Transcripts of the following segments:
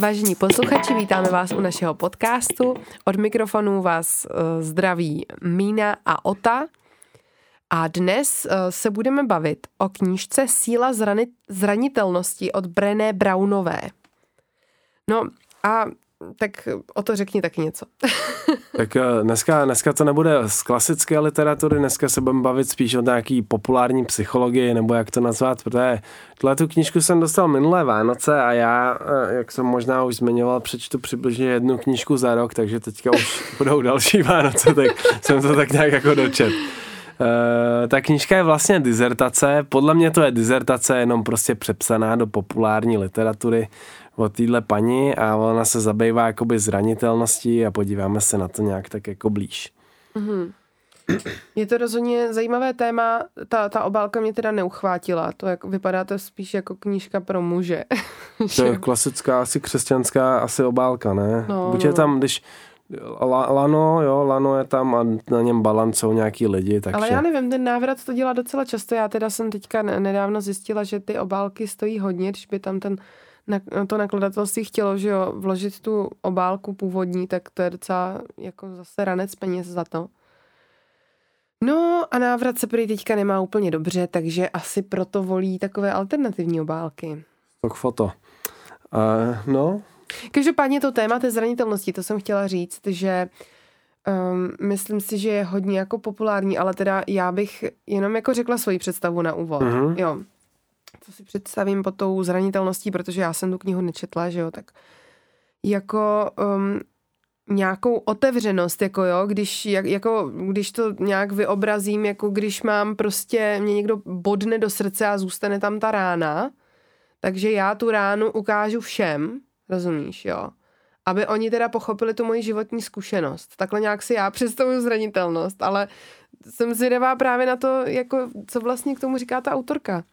Vážení posluchači, vítáme vás u našeho podcastu. Od mikrofonu vás zdraví Mína a Ota. A dnes se budeme bavit o knížce Síla zranitelnosti od Brené Brownové. No a tak o to řekni taky něco. Tak dneska to nebude z klasické literatury, dneska se budeme bavit spíš o nějaký populární psychologii, nebo jak to nazvat, protože tu knížku jsem dostal minulé Vánoce a já, jak jsem možná už zmiňoval, přečtu přibližně jednu knížku za rok, takže teďka už budou další Vánoce, tak jsem to tak nějak jako dočet. Ta knížka je vlastně dizertace, podle mě to je dizertace jenom prostě přepsaná do populární literatury od téhle paní a ona se zabývá jakoby zranitelností a podíváme se na to nějak tak jako blíž. Mm-hmm. Je to rozhodně zajímavé téma, ta obálka mě teda neuchvátila, to jako, vypadá to spíš jako knížka pro muže. To je klasická, asi křesťanská asi obálka, ne? No, buď je tam, když lano je tam a na něm balancou nějaký lidi, takže... Ale já nevím, ten návrat to dělá docela často, já teda jsem teďka nedávno zjistila, že ty obálky stojí hodně, když by tam to nakladatelství chtělo, že jo, vložit tu obálku původní, tak to je docela jako zase ranec peněz za to. No a návrat se prý teďka nemá úplně dobře, takže asi proto volí takové alternativní obálky. Tak foto. No. Každopádně to téma té zranitelnosti, to jsem chtěla říct, že myslím si, že je hodně jako populární, ale teda já bych jenom jako řekla svoji představu na úvod. Mm-hmm. Jo. Co si představím pod tou zranitelností, protože já jsem tu knihu nečetla, že jo, tak jako nějakou otevřenost, jako jo, když to nějak vyobrazím, jako když mám prostě, mě někdo bodne do srdce a zůstane tam ta rána, takže já tu ránu ukážu všem, rozumíš, jo, aby oni teda pochopili tu moji životní zkušenost. Takhle nějak si já představuju zranitelnost, ale jsem zvědavá právě na to, jako, co vlastně k tomu říká ta autorka.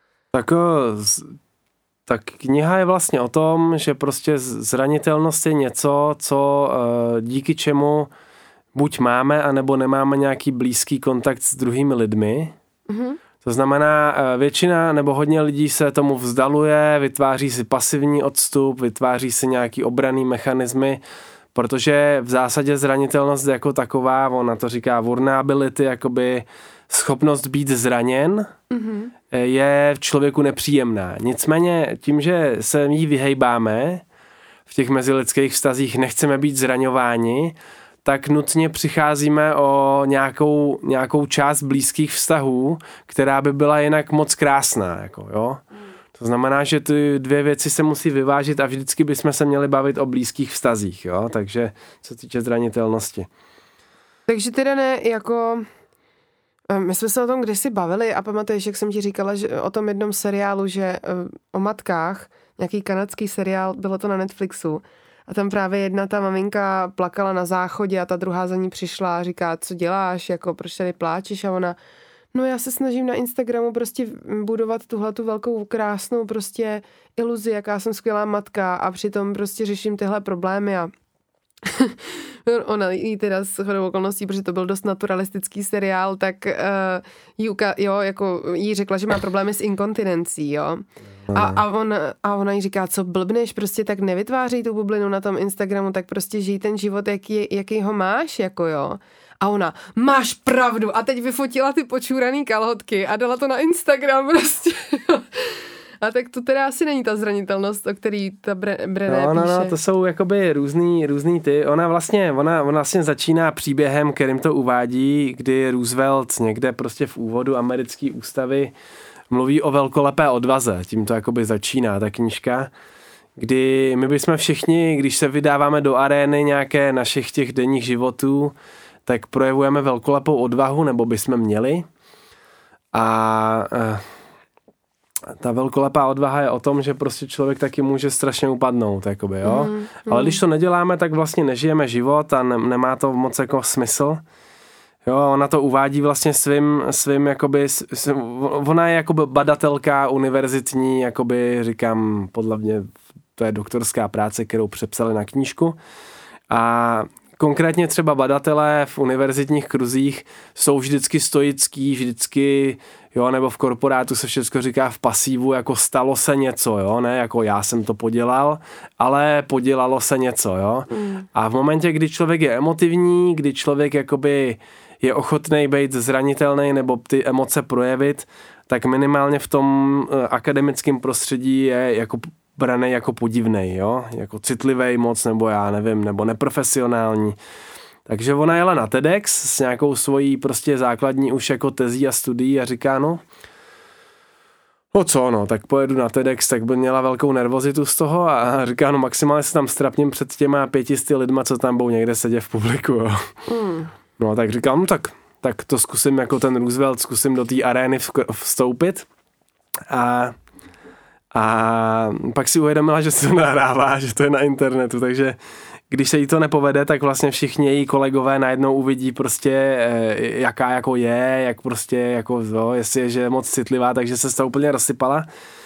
Tak kniha je vlastně o tom, že prostě zranitelnost je něco, co díky čemu buď máme, anebo nemáme nějaký blízký kontakt s druhými lidmi. Mm-hmm. To znamená, většina nebo hodně lidí se tomu vzdaluje, vytváří si pasivní odstup, vytváří si nějaký obranný mechanismy, protože v zásadě zranitelnost jako taková, ona to říká vulnerability, jakoby schopnost být zraněn, je v člověku nepříjemná. Nicméně tím, že se jí vyhejbáme, v těch mezilidských vztazích nechceme být zraňováni, tak nutně přicházíme o nějakou část blízkých vztahů, která by byla jinak moc krásná. Jako, jo? To znamená, že ty dvě věci se musí vyvážit a vždycky bychom se měli bavit o blízkých vztazích. Jo? Takže co týče zranitelnosti. Takže teda ne jako... My jsme se o tom kdysi bavili a pamatuješ, jak jsem ti říkala, že o tom jednom seriálu, že o matkách, nějaký kanadský seriál, bylo to na Netflixu a tam právě jedna ta maminka plakala na záchodě a ta druhá za ní přišla a říká, co děláš, jako proč tady pláčeš a ona, no já se snažím na Instagramu prostě budovat tuhletu velkou krásnou prostě iluzi, jaká jsem skvělá matka a přitom prostě řeším tyhle problémy a ona jí teda s chodou okolností, protože to byl dost naturalistický seriál, tak jí řekla, že má problémy s inkontinencí, jo. A ona jí říká, co blbneš, prostě tak nevytvářej tu bublinu na tom Instagramu, tak prostě žij ten život, jaký ho máš, jako jo. A ona, máš pravdu, a teď vyfotila ty počůraný kalhotky a dala to na Instagram prostě. A tak to teda asi není ta zranitelnost, o který ta Brené píše. No, to jsou jakoby různý ty. Ona vlastně začíná příběhem, kterým to uvádí, kdy Roosevelt někde prostě v úvodu americké ústavy mluví o velkolepé odvaze. Tím to jakoby začíná ta knížka, kdy my bychom všichni, když se vydáváme do arény nějaké našich těch denních životů, tak projevujeme velkolepou odvahu, nebo bychom měli. A ta velkolepá odvaha je o tom, že prostě člověk taky může strašně upadnout, jakoby, jo. Ale když to neděláme, tak vlastně nežijeme život a nemá to moc jako smysl. Jo, ona to uvádí vlastně svým jakoby, ona je jakoby badatelka univerzitní, jakoby říkám, podle mě to je doktorská práce, kterou přepsali na knížku. A konkrétně třeba badatelé v univerzitních kruzích jsou vždycky stoický, vždycky jo, nebo v korporátu se všechno říká v pasívu, jako stalo se něco, jo, ne, jako já jsem to podělal, ale podělalo se něco, jo. A v momentě, kdy člověk je emotivní, kdy člověk jakoby je ochotný být zranitelný nebo ty emoce projevit, tak minimálně v tom akademickém prostředí je jako braný jako podivnej, jo, jako citlivý moc, nebo já nevím, nebo neprofesionální. Takže ona jela na TEDx s nějakou svojí prostě základní už jako tezí a studií a říká, no co, no, tak pojedu na TEDx, tak by měla velkou nervozitu z toho a říká, no maximálně se tam strapním před těma 500 lidma, co tam budou někde sedět v publiku, jo. No, tak říkám, no tak to zkusím jako ten Roosevelt, zkusím do té arény vstoupit a pak si uvědomila, že se to nahrává, že to je na internetu, takže když se jí to nepovede, tak vlastně všichni její kolegové najednou uvidí prostě, jaká jako je, jak prostě jako to, jestli je, že je moc citlivá, takže se to úplně rozsypala.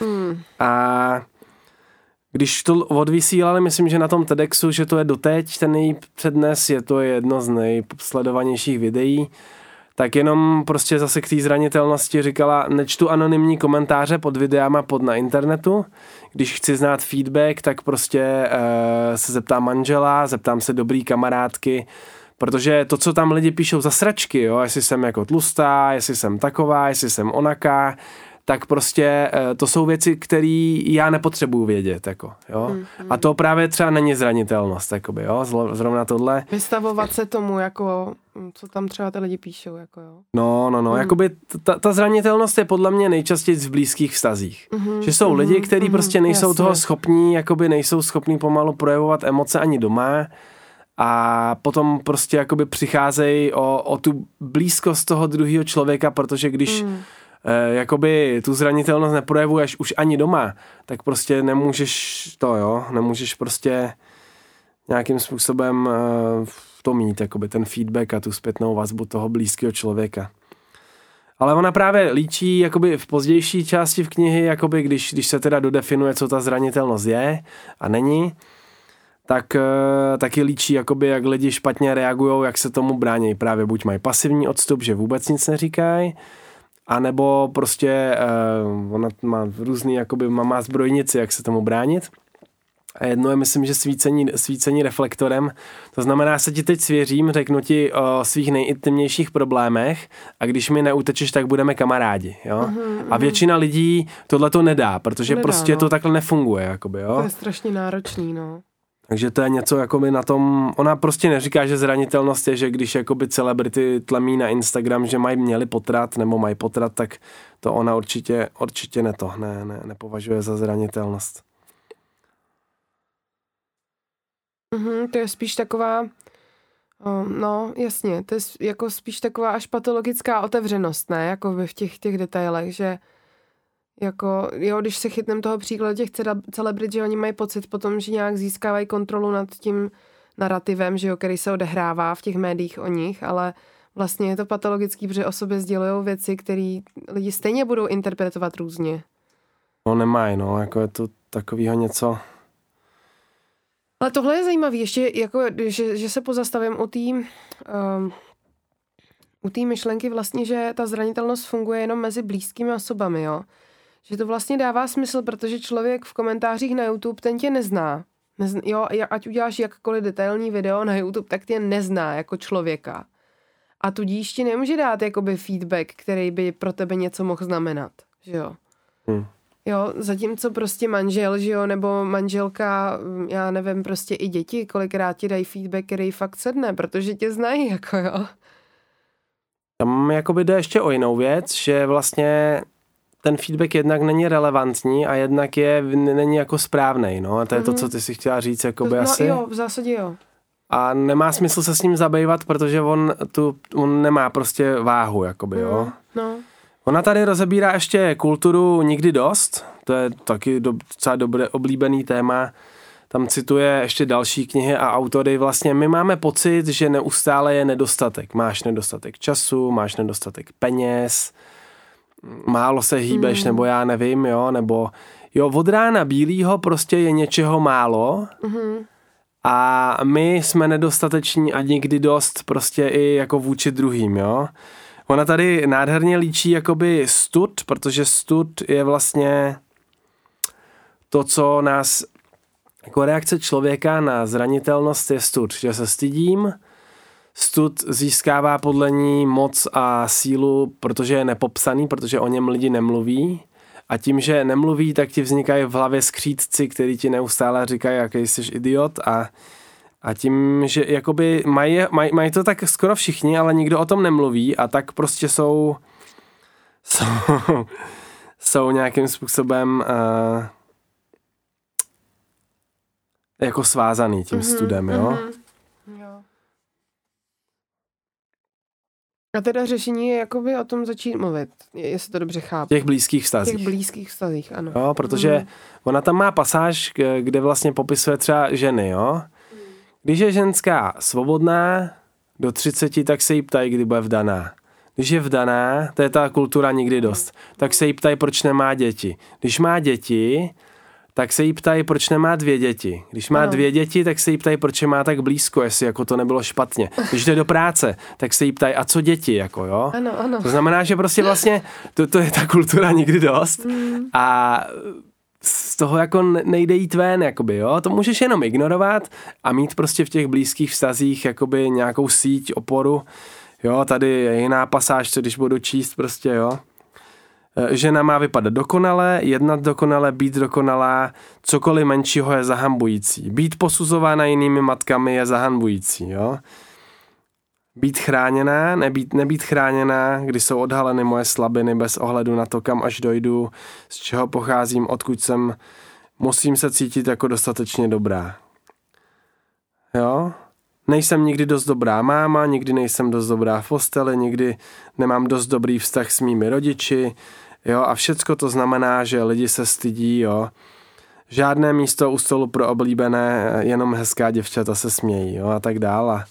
A když to odvysílali, myslím, že na tom TEDxu, že to je doteď, ten její přednes, je to jedno z nejsledovanějších videí, tak jenom prostě zase k té zranitelnosti říkala, nečtu anonymní komentáře pod videama na internetu, když chci znát feedback, tak prostě se zeptám manžela, zeptám se dobrý kamarádky, protože to, co tam lidi píšou za sračky, jo, jestli jsem jako tlustá, jestli jsem taková, jestli jsem onaká, tak prostě to jsou věci, které já nepotřebuju vědět, jako, jo. A to právě třeba není zranitelnost, jakoby, jo, zrovna tohle. Vystavovat se tomu, jako, co tam třeba ty lidi píšou, jako, jo. No, jakoby ta zranitelnost je podle mě nejčastěji v blízkých vztazích. Že jsou lidi, kteří prostě nejsou toho schopní, jakoby nejsou schopní pomalu projevovat emoce ani doma a potom prostě jakoby přicházejí o tu blízkost toho druhého člověka, protože když jakoby tu zranitelnost neprojevuješ už ani doma, tak prostě nemůžeš prostě nějakým způsobem to mít, jakoby ten feedback a tu zpětnou vazbu toho blízkého člověka. Ale ona právě líčí jakoby v pozdější části v knihy, jakoby když se teda dodefinuje, co ta zranitelnost je a není, tak taky líčí, jakoby, jak lidi špatně reagujou, jak se tomu brání. Právě buď mají pasivní odstup, že vůbec nic neříkají, a nebo prostě ona má různý, jakoby má zbrojnici, jak se tomu bránit. A jedno je, myslím, že svícení reflektorem. To znamená, se ti teď svěřím, řeknu ti o svých nejintimnějších problémech a když mi neutečeš, tak budeme kamarádi, jo. A většina lidí tohle to nedá, protože prostě to takhle nefunguje, jakoby, jo. To je strašně náročný, no. Takže to je něco jakoby na tom, ona prostě neříká, že zranitelnost je, že když jakoby celebrity tlemí na Instagram, že měli potrat nebo mají potrat, tak to ona určitě nepovažuje za zranitelnost. To je spíš taková, no jasně, to je jako spíš taková až patologická otevřenost, ne, jako v těch detailech, že jako, jo, když se chytnem toho příkladu těch celebrit, že oni mají pocit potom, že nějak získávají kontrolu nad tím narrativem, že jo, který se odehrává v těch médiích o nich, ale vlastně je to patologický, protože o sobě sdělujou věci, které lidi stejně budou interpretovat různě. No nemají, no, jako je to takovýho něco. Ale tohle je zajímavé, ještě jako, že se pozastavím u té myšlenky vlastně, že ta zranitelnost funguje jenom mezi blízkými osobami, jo. Že to vlastně dává smysl, protože člověk v komentářích na YouTube, ten tě nezná. Jo, ať uděláš jakkoliv detailní video na YouTube, tak tě nezná jako člověka. A tudíž ti nemůže dát jakoby feedback, který by pro tebe něco mohl znamenat, že jo. Jo, zatímco prostě manžel, že jo, nebo manželka, já nevím, prostě i děti, kolikrát ti dají feedback, který fakt sedne, protože tě znají, jako jo. Tam jakoby jde ještě o jinou věc, že vlastně ten feedback jednak není relevantní a jednak není jako správnej, no. A to je to, co ty si chtěla říct, jakoby asi. No jo, v zásadě jo. A nemá smysl se s ním zabývat, protože on nemá prostě váhu, jakoby, jo. No. Ona tady rozebírá ještě kulturu nikdy dost, to je taky docela dobře oblíbený téma. Tam cituje ještě další knihy a autory. Vlastně my máme pocit, že neustále je nedostatek. Máš nedostatek času, máš nedostatek peněz, málo se hýbeš, nebo já nevím, jo, nebo jo, od rána bílýho prostě je něčeho málo a my jsme nedostateční a nikdy dost prostě i jako vůči druhým, jo. Ona tady nádherně líčí jakoby stud, protože stud je vlastně to, co nás, jako reakce člověka na zranitelnost je stud, že se stydím, stud získává podle ní moc a sílu, protože je nepopsaný, protože o něm lidi nemluví a tím, že nemluví, tak ti vznikají v hlavě skřítci, který ti neustále říkají, jaký jsi idiot a tím, že jakoby mají to tak skoro všichni, ale nikdo o tom nemluví a tak prostě jsou nějakým způsobem jako svázaný tím studem, jo? Jo. A teda řešení je jakoby o tom začít mluvit, jestli to dobře chápu. Těch blízkých vztazích. Těch blízkých vztazích, ano. Jo, protože ona tam má pasáž, kde vlastně popisuje třeba ženy, jo? Když je ženská svobodná do 30, tak se jí ptají, kdy bude vdaná. Když je vdaná, to je ta kultura nikdy dost, tak se jí ptají, proč nemá děti. Když má děti, tak se jí ptají, proč nemá 2 děti. Když má 2 děti, tak se jí ptají, proč je má tak blízko, jestli jako to nebylo špatně. Když jde do práce, tak se jí ptají, a co děti, jako jo? Ano. To znamená, že prostě vlastně to je ta kultura nikdy dost a z toho jako nejde jít ven, jakoby, jo? To můžeš jenom ignorovat a mít prostě v těch blízkých vztazích jakoby nějakou síť, oporu. Jo, tady je jiná pasáž, co když budu číst prostě, jo. Žena má vypadat dokonale, jednat dokonale, být dokonalá, cokoliv menšího je zahambující. Být posuzována jinými matkami je zahambující, jo. Být chráněná, nebýt chráněná, když jsou odhaleny moje slabiny bez ohledu na to, kam až dojdu, z čeho pocházím, odkud jsem, musím se cítit jako dostatečně dobrá. Jo? Nejsem nikdy dost dobrá máma, nikdy nejsem dost dobrá v posteli, nikdy nemám dost dobrý vztah s mými rodiči, jo? A všecko to znamená, že lidi se stydí, jo? Žádné místo u stolu pro oblíbené, jenom hezká děvčata se smějí, jo? A tak dále.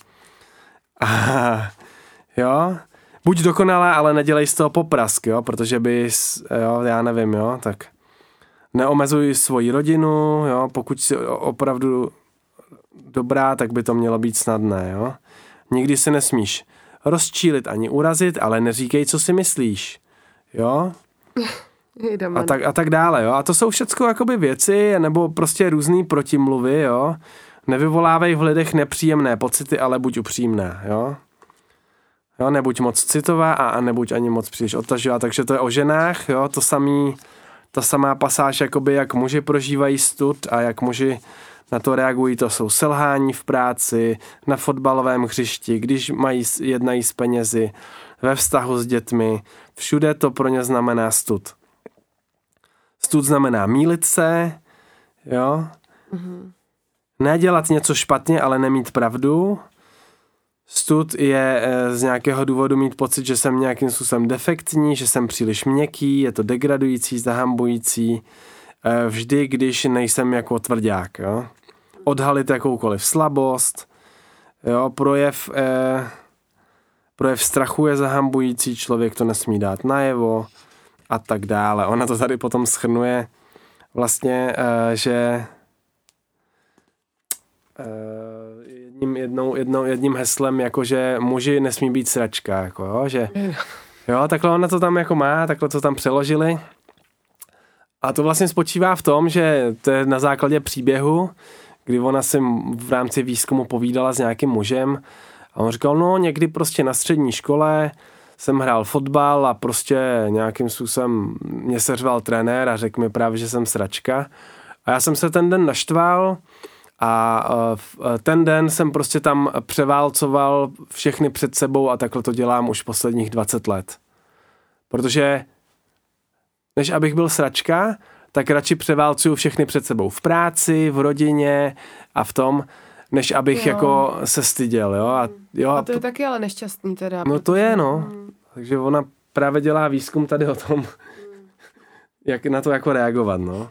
Jo, buď dokonalá, ale nedělej z toho poprask, jo, protože bys, jo, já nevím, jo, tak neomezuj svoji rodinu, jo, pokud jsi opravdu dobrá, tak by to mělo být snadné, jo. Nikdy se nesmíš rozčílit ani urazit, ale neříkej, co si myslíš, jo. A tak dále, jo. A to jsou všecko jakoby věci, nebo prostě různý protimluvy, jo. Nevyvolávej v lidech nepříjemné pocity, ale buď upřímná, jo. Jo, nebuď moc citová a nebuď ani moc příliš odtaživá, takže to je o ženách, jo, ta samá pasáž, jakoby jak muži prožívají stud a jak muži na to reagují, to jsou selhání v práci, na fotbalovém hřišti, když jednají s penězi, ve vztahu s dětmi, všude to pro ně znamená stud. Stud znamená mýlit se, jo, nedělat něco špatně, ale nemít pravdu. Stud je z nějakého důvodu mít pocit, že jsem nějakým způsobem defektní, že jsem příliš měkký, je to degradující, zahambující, vždy, když nejsem jako tvrdák. Jo? Odhalit jakoukoliv slabost, jo? Projev strachu je zahambující, člověk to nesmí dát najevo a tak dále. Ona to tady potom shrnuje vlastně, že jedním heslem, jakože muži nesmí být sračka, jako jo, že jo, takhle ona to tam jako má, takhle to tam přeložili a to vlastně spočívá v tom, že to je na základě příběhu, kdy ona si v rámci výzkumu povídala s nějakým mužem a on říkal, no někdy prostě na střední škole jsem hrál fotbal a prostě nějakým způsobem mě seřval trenér a řekl mi právě, že jsem sračka a já jsem se ten den naštval a ten den jsem prostě tam převálcoval všechny před sebou a takhle to dělám už posledních 20 let. Protože než abych byl sračka, tak radši převálcuju všechny před sebou v práci, v rodině a v tom, než abych jako se styděl. Jo? A to je taky ale nešťastný teda. No to je, no. Takže ona právě dělá výzkum tady o tom, jak na to jako reagovat, no.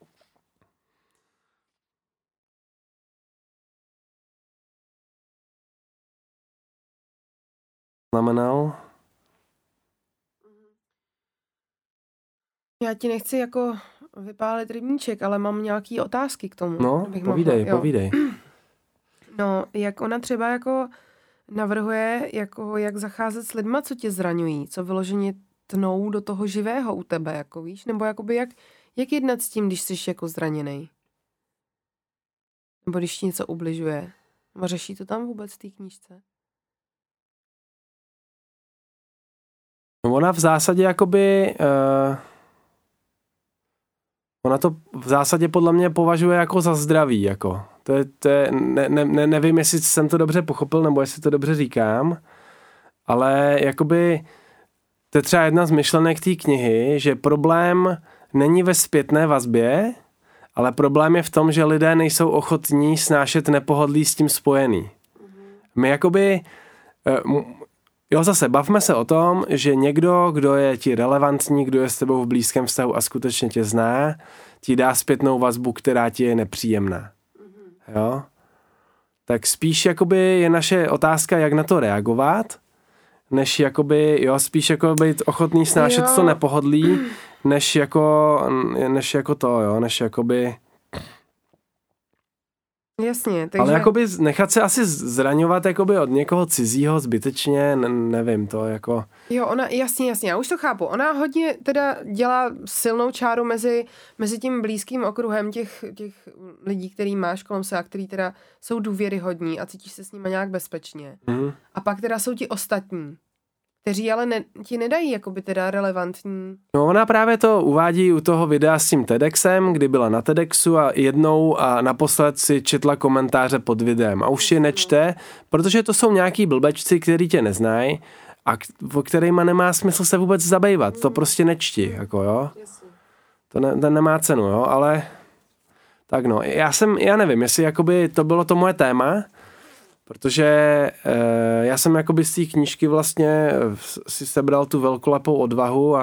Znamenal? Já ti nechci jako vypálit rybníček, ale mám nějaký otázky k tomu. No, povídej. No, jak ona třeba jako navrhuje, jako jak zacházet s lidma, co tě zraňují, co vyloženě tnou do toho živého u tebe, jako víš, nebo jakoby jak jednat s tím, když jsi jako zraněnej. Nebo když ti něco ubližuje. Nebo řeší to tam vůbec v té knížce? No ona v zásadě jakoby... Ona to v zásadě podle mě považuje jako za zdraví, jako. Nevím, jestli jsem to dobře pochopil, nebo jestli to dobře říkám, ale jakoby to je třeba jedna z myšlenek té knihy, že problém není ve zpětné vazbě, ale problém je v tom, že lidé nejsou ochotní snášet nepohodlí s tím spojený. My jakoby... Jo, zase bavme se o tom, že někdo, kdo je ti relevantní, kdo je s tebou v blízkém vztahu a skutečně tě zná, ti dá zpětnou vazbu, která ti je nepříjemná. Jo? Tak spíš jakoby je naše otázka, jak na to reagovat, než jakoby, jo, spíš jako být ochotný snášet to nepohodlí, než jakoby... Jasně, takže... Ale jakoby nechat se asi zraňovat jakoby od někoho cizího zbytečně, nevím, to jako... Jo, ona, jasně, já už to chápu. Ona hodně teda dělá silnou čáru mezi tím blízkým okruhem těch lidí, který máš kolem sebe, který teda jsou důvěryhodní a cítíš se s nimi nějak bezpečně. A pak teda jsou ti ostatní, kteří ale ti nedají jakoby teda relevantní. No ona právě to uvádí u toho videa s tím TEDxem, kdy byla na TEDxu a jednou a naposled si četla komentáře pod videem a už je nečte, protože to jsou nějaký blbečci, který tě neznají a o kterýma nemá smysl se vůbec zabývat. To prostě nečti, jako jo. To nemá cenu, jo, ale tak no, já nevím, jestli jakoby to bylo to moje téma, protože já jsem jakoby z té knížky vlastně si sebral tu velkolepou odvahu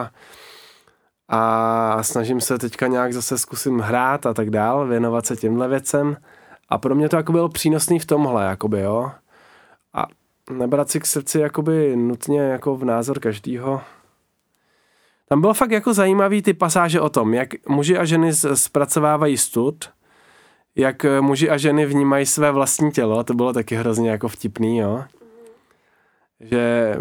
a snažím se teďka nějak zase zkusím hrát a tak dál, věnovat se těmhle věcem a pro mě to jako bylo přínosný v tomhle, jakoby, jo. A nebrat si k srdci jakoby nutně jako v názor každýho. Tam bylo fakt jako zajímavý ty pasáže o tom, jak muži a ženy zpracovávají stud, jak muži a ženy vnímají své vlastní tělo, to bylo taky hrozně jako vtipný, jo. Že...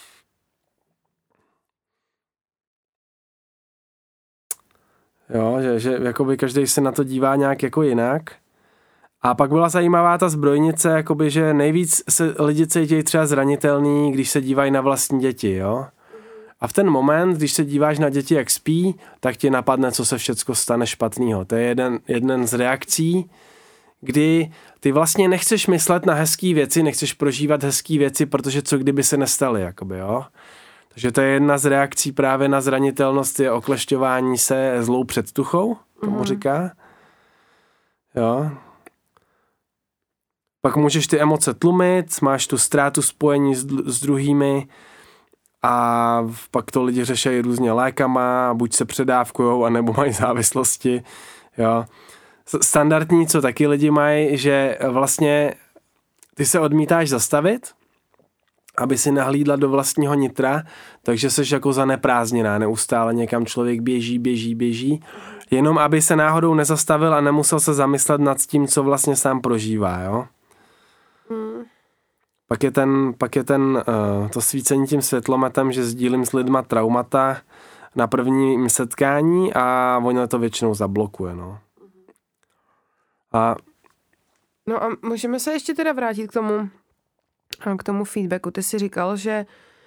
Jo, že jakoby každý se na to dívá nějak jako jinak. A pak byla zajímavá ta zbrojnice, jakoby, že nejvíc se lidi cítí třeba zranitelný, když se dívají na vlastní děti, jo. A v ten moment, když se díváš na děti, jak spí, tak ti napadne, co se všecko stane špatného. To je jeden z reakcí, kdy ty vlastně nechceš myslet na hezký věci, nechceš prožívat hezký věci, protože co kdyby se nestaly, jakoby, jo. Takže to je jedna z reakcí právě na zranitelnost, je oklešťování se zlou předtuchou, tomu říká. Jo. Pak můžeš ty emoce tlumit, máš tu ztrátu spojení s druhými a pak to lidi řeší různě lékama, buď se předávkujou, anebo mají závislosti, jo. Standardní, co taky lidi mají, že vlastně ty se odmítáš zastavit, aby si nahlídla do vlastního nitra, takže seš jako zaneprázdněná, neustále někam člověk běží, jenom aby se náhodou nezastavil a nemusel se zamyslet nad tím, co vlastně sám prožívá, jo. Pak je to svícení tím světlometem, že sdílím s lidma traumata na prvním setkání a oni to většinou zablokuje, no. No a můžeme se ještě teda vrátit k tomu feedbacku. Ty jsi říkal, že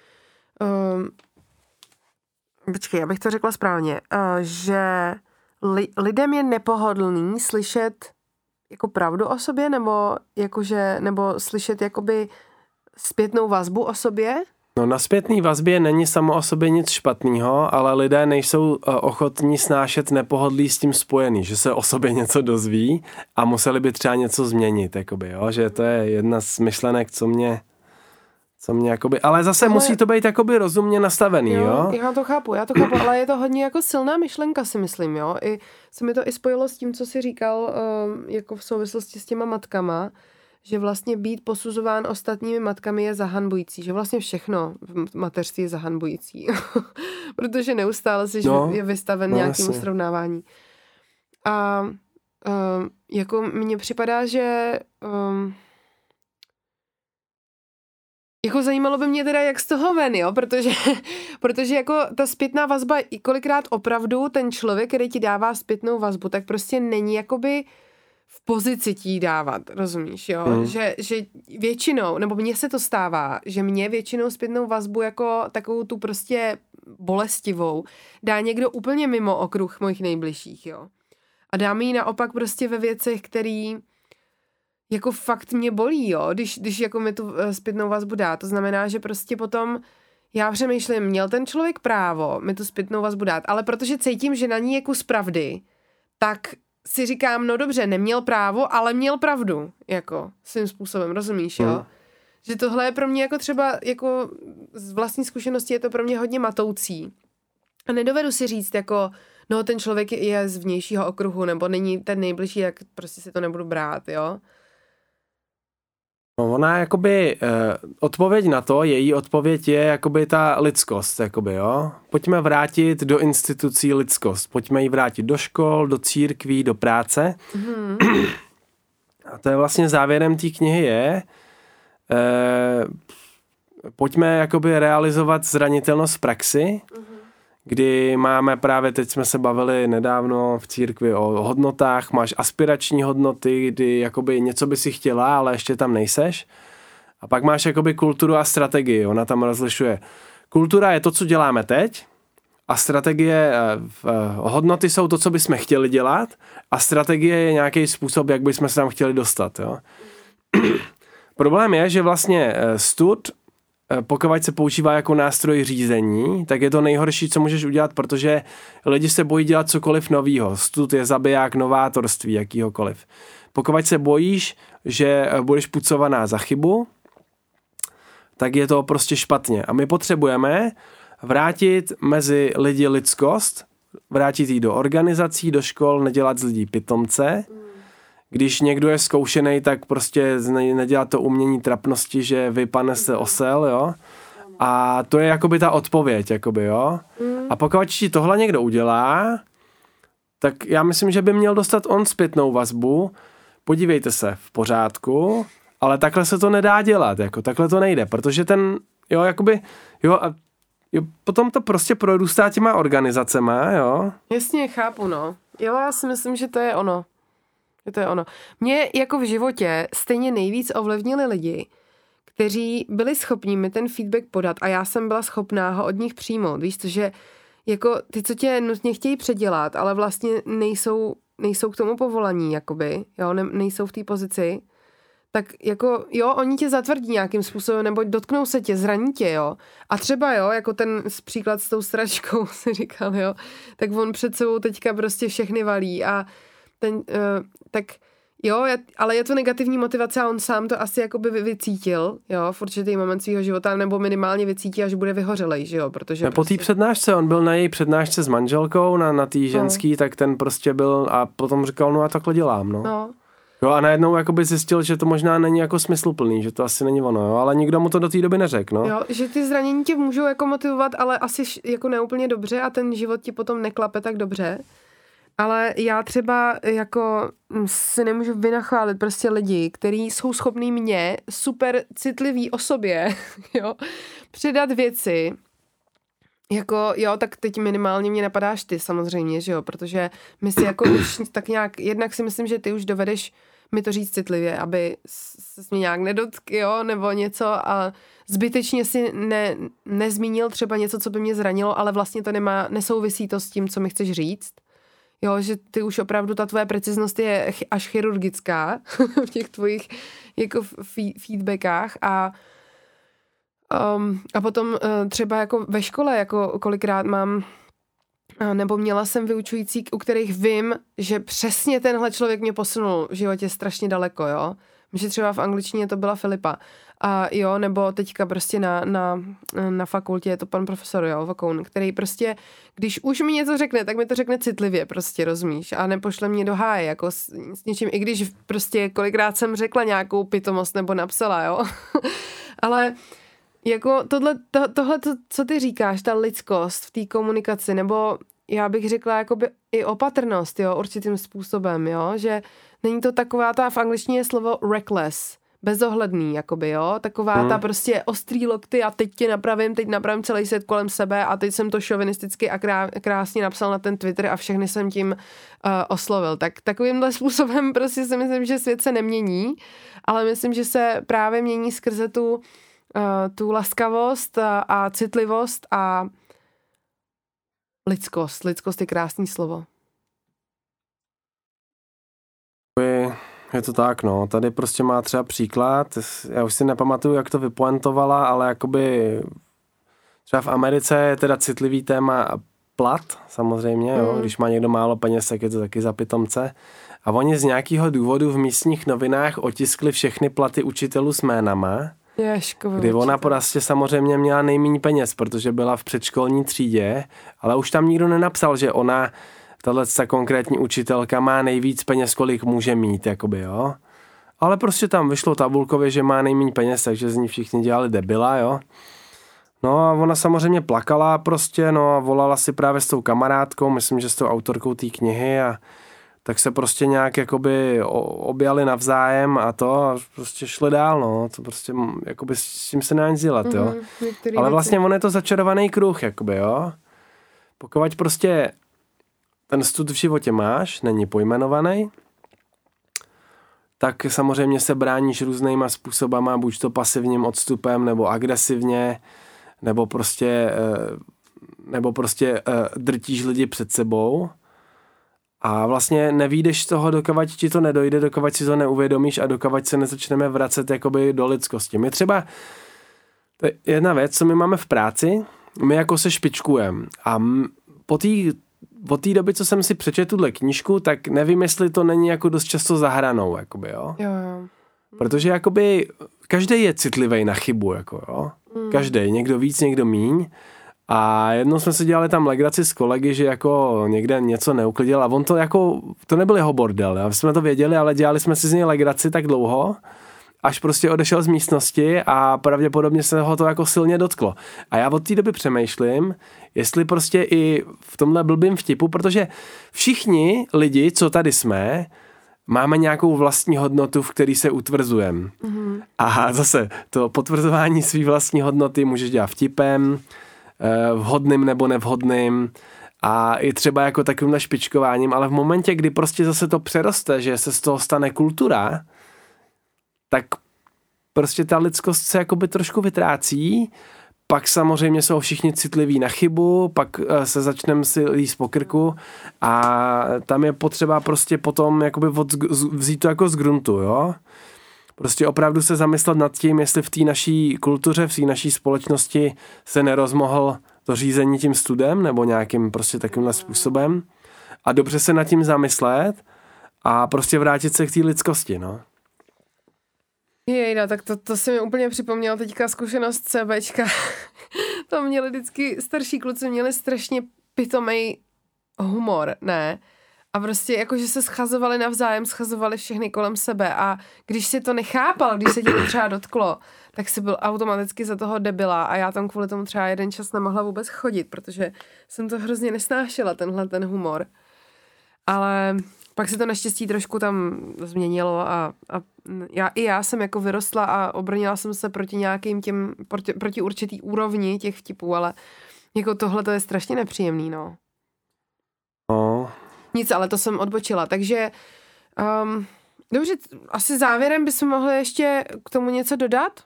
počkej, abych to řekla správně, že lidem je nepohodlný slyšet jako pravdu o sobě, nebo slyšet jakoby zpětnou vazbu o sobě? No na zpětný vazbě není samo o sobě nic špatného, ale lidé nejsou ochotní snášet nepohodlí s tím spojený, že se o sobě něco dozví a museli by třeba něco změnit, jakoby, jo? Že to je jedna z myšlenek, co mě jakoby, ale zase musí to být jakoby rozumně nastavený, jo? Já to chápu, ale je to hodně jako silná myšlenka, si myslím, jo? Se mi to i spojilo s tím, co jsi říkal, jako v souvislosti s těma matkama, že vlastně být posuzován ostatními matkami je zahanbující, že vlastně všechno v mateřství je zahanbující, protože neustále je vystaven nějakému srovnávání. A jako mně připadá, že Jako zajímalo by mě teda, jak z toho ven, jo, protože jako ta zpětná vazba, i kolikrát opravdu ten člověk, který ti dává zpětnou vazbu, tak prostě není jakoby v pozici ti dávat, rozumíš, jo, že většinou, nebo mně se to stává, že mě většinou zpětnou vazbu jako takovou tu prostě bolestivou dá někdo úplně mimo okruh mojich nejbližších, jo. A dá mi ji naopak prostě ve věcech, který jako fakt mě bolí, jo, když jako mi tu zpětnou vazbu dá. To znamená, že prostě potom já přemýšlím, měl ten člověk právo mi tu zpětnou vazbu dát, ale protože cítím, že na ní je kus pravdy, tak si říkám, no dobře, neměl právo, ale měl pravdu, jako svým způsobem, rozumíš, jo? Že tohle je pro mě jako třeba, jako z vlastní zkušenosti je to pro mě hodně matoucí. A nedovedu si říct, jako, no ten člověk je z vnějšího okruhu, nebo není ten nejbližší, jak prostě si to nebudu brát, jo? No ona jakoby, odpověď na to, její odpověď je jakoby ta lidskost, jakoby, jo. Pojďme vrátit do institucí lidskost, pojďme ji vrátit do škol, do církví, do práce. A to je vlastně závěrem té knihy je, pojďme jakoby realizovat zranitelnost v praxi, kdy máme právě, teď jsme se bavili nedávno v církvi o hodnotách, máš aspirační hodnoty, kdy jakoby něco by si chtěla, ale ještě tam nejseš. A pak máš jakoby kulturu a strategii, ona tam rozlišuje. Kultura je to, co děláme teď, a strategie, hodnoty jsou to, co bychom chtěli dělat, a strategie je nějaký způsob, jak bychom se tam chtěli dostat. Jo. Problém je, že vlastně stud, pokud se používá jako nástroj řízení, tak je to nejhorší, co můžeš udělat, protože lidi se bojí dělat cokoliv novýho. Stud je zabiják novátorství, jakýhokoliv. Pokud se bojíš, že budeš pucovaná za chybu, tak je to prostě špatně. A my potřebujeme vrátit mezi lidi lidskost, vrátit ji do organizací, do škol, nedělat z lidí pitomce. Když někdo je zkoušený, tak prostě nedělat to umění trapnosti, že vypane se osel, jo. A to je jakoby ta odpověď, jakoby, jo. A pokud ti tohle někdo udělá, tak já myslím, že by měl dostat on zpětnou vazbu. Podívejte se, v pořádku, ale takhle se to nedá dělat, jako takhle to nejde, protože ten, jo, jakoby, jo, a jo, potom to prostě prorůstá těma organizacema, jo. Jasně, chápu, no. Jo, já si myslím, že to je ono. To je ono. Mě jako v životě stejně nejvíc ovlivnili lidi, kteří byli schopní mi ten feedback podat a já jsem byla schopná ho od nich přijmout. Víš co, že jako ty, co tě nutně chtějí předělat, ale vlastně nejsou k tomu povolaní, jakoby, jo, nejsou v té pozici, tak jako, jo, oni tě zatvrdí nějakým způsobem, nebo dotknou se tě, zraní tě, jo. A třeba, jo, jako ten příklad s tou sračkou, si říkal, jo, tak on před sebou teďka prostě všechny valí a tak jo, ale je to negativní motivace a on sám to asi jakoby vycítil, jo, v určitý moment svého života, nebo minimálně vycítí, až bude vyhořelej, že jo, protože po té přednášce, on byl na její přednášce s manželkou, na té ženský, tak ten prostě byl a potom říkal, no a takhle dělám, no. Jo, a najednou jakoby zjistil, že to možná není jako smysluplný, že to asi není ono, jo, ale nikdo mu to do té doby neřekl, no. Jo, že ty zranění tě můžou jako motivovat, ale asi jako neúplně dobře a ten život ti potom neklape tak dobře. Ale já třeba jako si nemůžu vynachválit prostě lidi, kteří jsou schopní mě, super citlivý osobě, jo, předat věci, jako, jo, tak teď minimálně mě napadáš ty samozřejmě, že jo, protože my si jako už tak nějak, jednak si myslím, že ty už dovedeš mi to říct citlivě, aby se mě nějak nedotk, jo, nebo něco a zbytečně si nezmínil třeba něco, co by mě zranilo, ale vlastně to nesouvisí to s tím, co mi chceš říct. Jo, že ty už opravdu, ta tvoje preciznost je až chirurgická v těch tvojich jako feedbackách a potom třeba jako ve škole, jako kolikrát mám, nebo měla jsem vyučující, u kterých vím, že přesně tenhle člověk mě posunul v životě strašně daleko, jo. Že třeba v angličtině to byla Filipa. A jo, nebo teďka prostě na fakultě je to pan profesor, jo, Vokoun, který prostě, když už mi něco řekne, tak mi to řekne citlivě, prostě, rozumíš? A nepošle mě do háje, jako s něčím, i když prostě kolikrát jsem řekla nějakou pitomost nebo napsala, jo. Ale jako tohle, co ty říkáš, ta lidskost v té komunikaci, nebo já bych řekla jakoby i opatrnost, jo, určitým způsobem, jo, že není to taková v angličtině je slovo reckless. bezohledný, jakoby, jo, taková ta prostě ostrý lokty a teď napravím celý svět kolem sebe a teď jsem to šovinisticky a krásně napsal na ten Twitter a všechny jsem tím oslovil. Tak takovýmhle způsobem prostě si myslím, že svět se nemění, ale myslím, že se právě mění skrze tu laskavost a citlivost a lidskost. Lidskost je krásný slovo. Je to tak, no. Tady prostě má třeba příklad, já už si nepamatuju, jak to vypoentovala, ale jakoby třeba v Americe je teda citlivý téma plat, samozřejmě, jo. Když má někdo málo peněz, tak je to taky za pitomce. A oni z nějakého důvodu v místních novinách otiskli všechny platy učitelů s jménama, kdy ona prostě samozřejmě měla nejméně peněz, protože byla v předškolní třídě, ale už tam nikdo nenapsal, že ona, tato konkrétní učitelka, má nejvíc peněz, kolik může mít, jakoby, jo. Ale prostě tam vyšlo tabulkově, že má nejméně peněz, takže z ní všichni dělali debila, jo. No a ona samozřejmě plakala prostě, no a volala si právě s tou kamarádkou, myslím, že s tou autorkou té knihy a tak se prostě nějak jakoby objali navzájem a to a prostě šli dál, no, to prostě jakoby s tím se nedá nic dělat, jo. Ale vlastně on je to začarovaný kruh, jakoby, jo. Pokud prostě ten stud v životě máš, není pojmenovaný, tak samozřejmě se bráníš různýma způsobama, buď to pasivním odstupem, nebo agresivně, nebo prostě drtíš lidi před sebou a vlastně nevídeš z toho, dokavať ti to nedojde, dokavať si to neuvědomíš a dokavať se nezačneme vracet jakoby do lidskosti. My třeba, to je jedna věc, co my máme v práci, my jako se špičkujeme a od té doby, co jsem si přečetl tuhle knížku, tak nevím, jestli to není jako dost často za hranou, jakoby, jo. Jo. Protože jakoby každý je citlivý na chybu, jako jo. Každý, někdo víc, někdo míň. A jednou jsme si dělali tam legraci s kolegy, že jako někde něco neuklidil a on to jako, to nebyl jeho bordel, já jsme to věděli, ale dělali jsme si z něj legraci tak dlouho, až prostě odešel z místnosti a pravděpodobně se ho to jako silně dotklo. A já od té doby přemýšlím, jestli prostě i v tomhle blbým vtipu, protože všichni lidi, co tady jsme, máme nějakou vlastní hodnotu, v který se utvrzujeme. A zase to potvrzování své vlastní hodnoty můžeš dělat vtipem, vhodným nebo nevhodným a i třeba jako takovýmhle špičkováním, ale v momentě, kdy prostě zase to přeroste, že se z toho stane kultura, tak prostě ta lidskost se jakoby trošku vytrácí, pak samozřejmě jsou všichni citliví na chybu, pak se začneme si líst po krku a tam je potřeba prostě potom jakoby vzít to jako z gruntu, jo. Prostě opravdu se zamyslet nad tím, jestli v té naší kultuře, v té naší společnosti se nerozmohl to řízení tím studem nebo nějakým prostě takovýmhle způsobem a dobře se nad tím zamyslet a prostě vrátit se k té lidskosti, no. Jejda, tak to si mi úplně připomnělo teďka zkušenost CBčka. To měli vždycky, starší kluci měli strašně pitomej humor, ne? A prostě jakože se schazovali navzájem, schazovali všechny kolem sebe a když si to nechápal, když se tě to třeba dotklo, tak si byl automaticky za toho debila a já tam kvůli tomu třeba jeden čas nemohla vůbec chodit, protože jsem to hrozně nesnášela, ten humor. Ale pak se to naštěstí trošku tam změnilo a já jsem jako vyrostla a obrnila jsem se proti nějakým proti určitý úrovni těch vtipů, ale jako tohle to je strašně nepříjemný, no. Nic, ale to jsem odbočila, takže dobře, asi závěrem bychom mohli ještě k tomu něco dodat?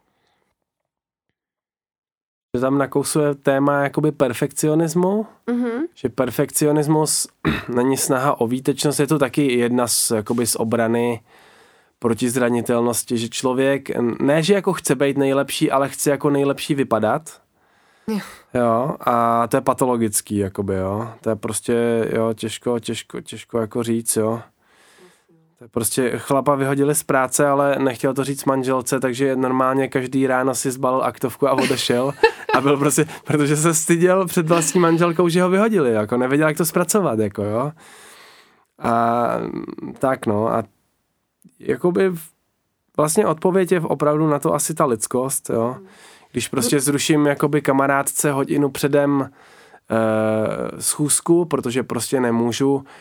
Že tam nakousuje téma jakoby perfekcionismu, že perfekcionismus není snaha o výtečnost, je to taky jedna z obrany proti zranitelnosti, že člověk, ne, že jako chce být nejlepší, ale chce jako nejlepší vypadat. Jo, a to je patologický, jakoby, jo. To je prostě, jo, těžko jako říct, jo. To je prostě chlapa vyhodili z práce, ale nechtěl to říct manželce, takže normálně každý ráno si zbalil aktovku a odešel. A byl prostě, protože se styděl před vlastní manželkou, že ho vyhodili, jako nevěděl, jak to zpracovat, jako, jo. A tak, no, a jakoby vlastně odpověď je opravdu na to asi ta lidskost, jo. Když prostě zruším jakoby kamarádce hodinu předem schůzku, protože prostě nemůžu,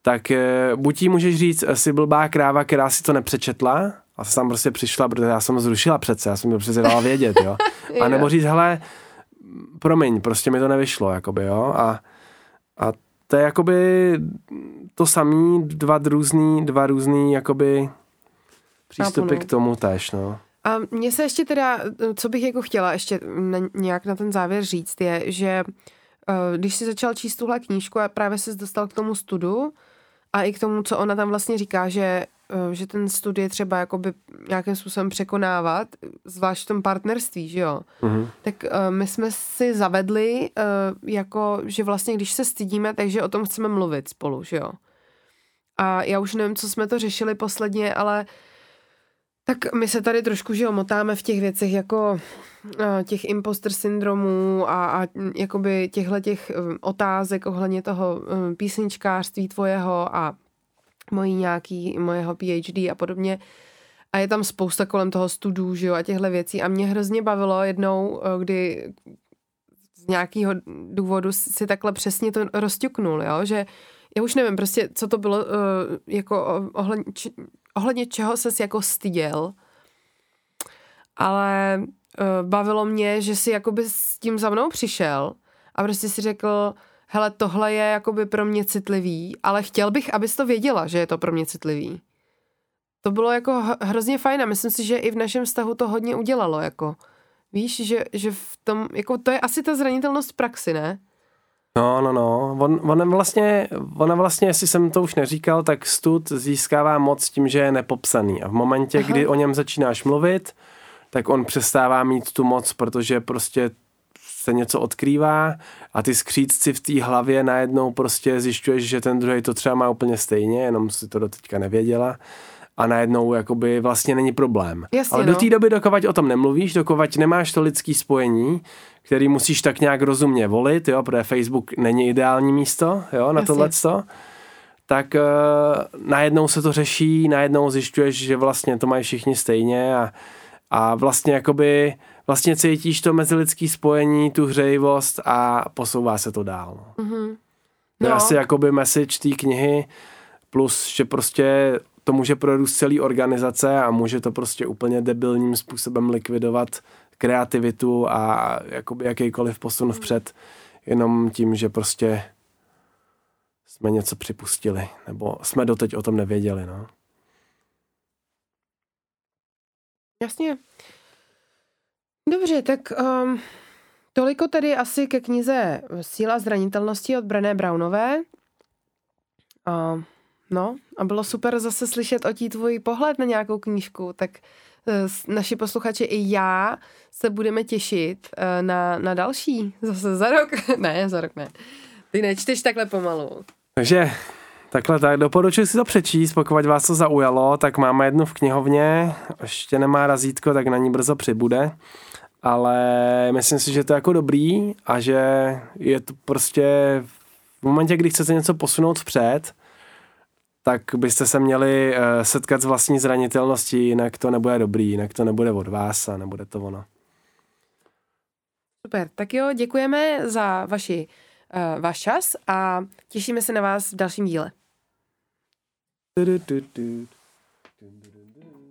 tak buď jí můžeš říct, jsi blbá kráva, která si to nepřečetla, a tam prostě přišla, protože já jsem zrušila přece, já jsem to přece dala vědět, jo. A nebo říct, hele, promiň, prostě mi to nevyšlo, jakoby, jo. A to je jakoby to samý, dva různý, jakoby přístupy k tomu též, no. A mně se ještě teda, co bych jako chtěla ještě nějak na ten závěr říct, je, že když jsi začal číst tuhle knížku a právě jsi dostal k tomu studu a i k tomu, co ona tam vlastně říká, že ten stud je třeba jakoby nějakým způsobem překonávat, zvlášť v tom partnerství, že jo? Mm-hmm. Tak my jsme si zavedli, jako, že vlastně když se stydíme, takže o tom chceme mluvit spolu, že jo? A já už nevím, co jsme to řešili posledně, ale tak my se tady trošku, že jo, motáme v těch věcech jako těch imposter syndromů a jakoby těch otázek ohledně toho písničkářství tvojeho a mojeho PhD a podobně. A je tam spousta kolem toho studů, že jo, a těchto věcí. A mě hrozně bavilo jednou, kdy z nějakého důvodu si takhle přesně to rozťuknul, jo, že já už nevím prostě, co to bylo jako ohledně čeho ses jako styděl, ale bavilo mě, že si jakoby s tím za mnou přišel a prostě si řekl, hele, tohle je jakoby pro mě citlivý, ale chtěl bych, abys to věděla, že je to pro mě citlivý. To bylo jako hrozně fajn a myslím si, že i v našem vztahu to hodně udělalo, jako. Víš, že v tom, jako to je asi ta zranitelnost v praxi, ne? No. Ona vlastně, jestli jsem to už neříkal, tak stud získává moc tím, že je nepopsaný. A v momentě, kdy o něm začínáš mluvit, tak on přestává mít tu moc, protože prostě se něco odkrývá a ty skřídci v té hlavě najednou prostě zjišťuješ, že ten druhý to třeba má úplně stejně, jenom si to doteďka nevěděla. A najednou jakoby vlastně není problém. Jasně, ale do té doby, dokud o tom nemluvíš, dokud nemáš to lidský spojení, který musíš tak nějak rozumně volit, jo, protože Facebook není ideální místo, jo, na tohleto, tak najednou se to řeší, najednou zjišťuješ, že vlastně to mají všichni stejně a vlastně jakoby vlastně cítíš to mezilidský spojení, tu hřejivost a posouvá se to dál. No. Mm-hmm. To je asi jakoby message té knihy, plus, že prostě to může prorůst celý organizace a může to prostě úplně debilním způsobem likvidovat kreativitu a jakoby jakýkoliv posun vpřed jenom tím, že prostě jsme něco připustili, nebo jsme doteď o tom nevěděli, no. Jasně. Dobře, tak toliko tedy asi ke knize Síla zranitelnosti od Brené Brownové. No, a bylo super zase slyšet o tí tvůj pohled na nějakou knížku, tak naši posluchači i já se budeme těšit na další. Zase za rok. Ne, za rok ne. Ty nečteš takhle pomalu. Takže takhle tak, doporučuji si to přečíst, pokud vás to zaujalo, tak máme jednu v knihovně, ještě nemá razítko, tak na ní brzo přibude, ale myslím si, že to je jako dobrý a že je to prostě v momentě, kdy chcete něco posunout vpřed, tak byste se měli setkat s vlastní zranitelností, jinak to nebude dobrý, jinak to nebude od vás a nebude to ono. Super, tak jo, děkujeme za váš čas a těšíme se na vás v dalším díle.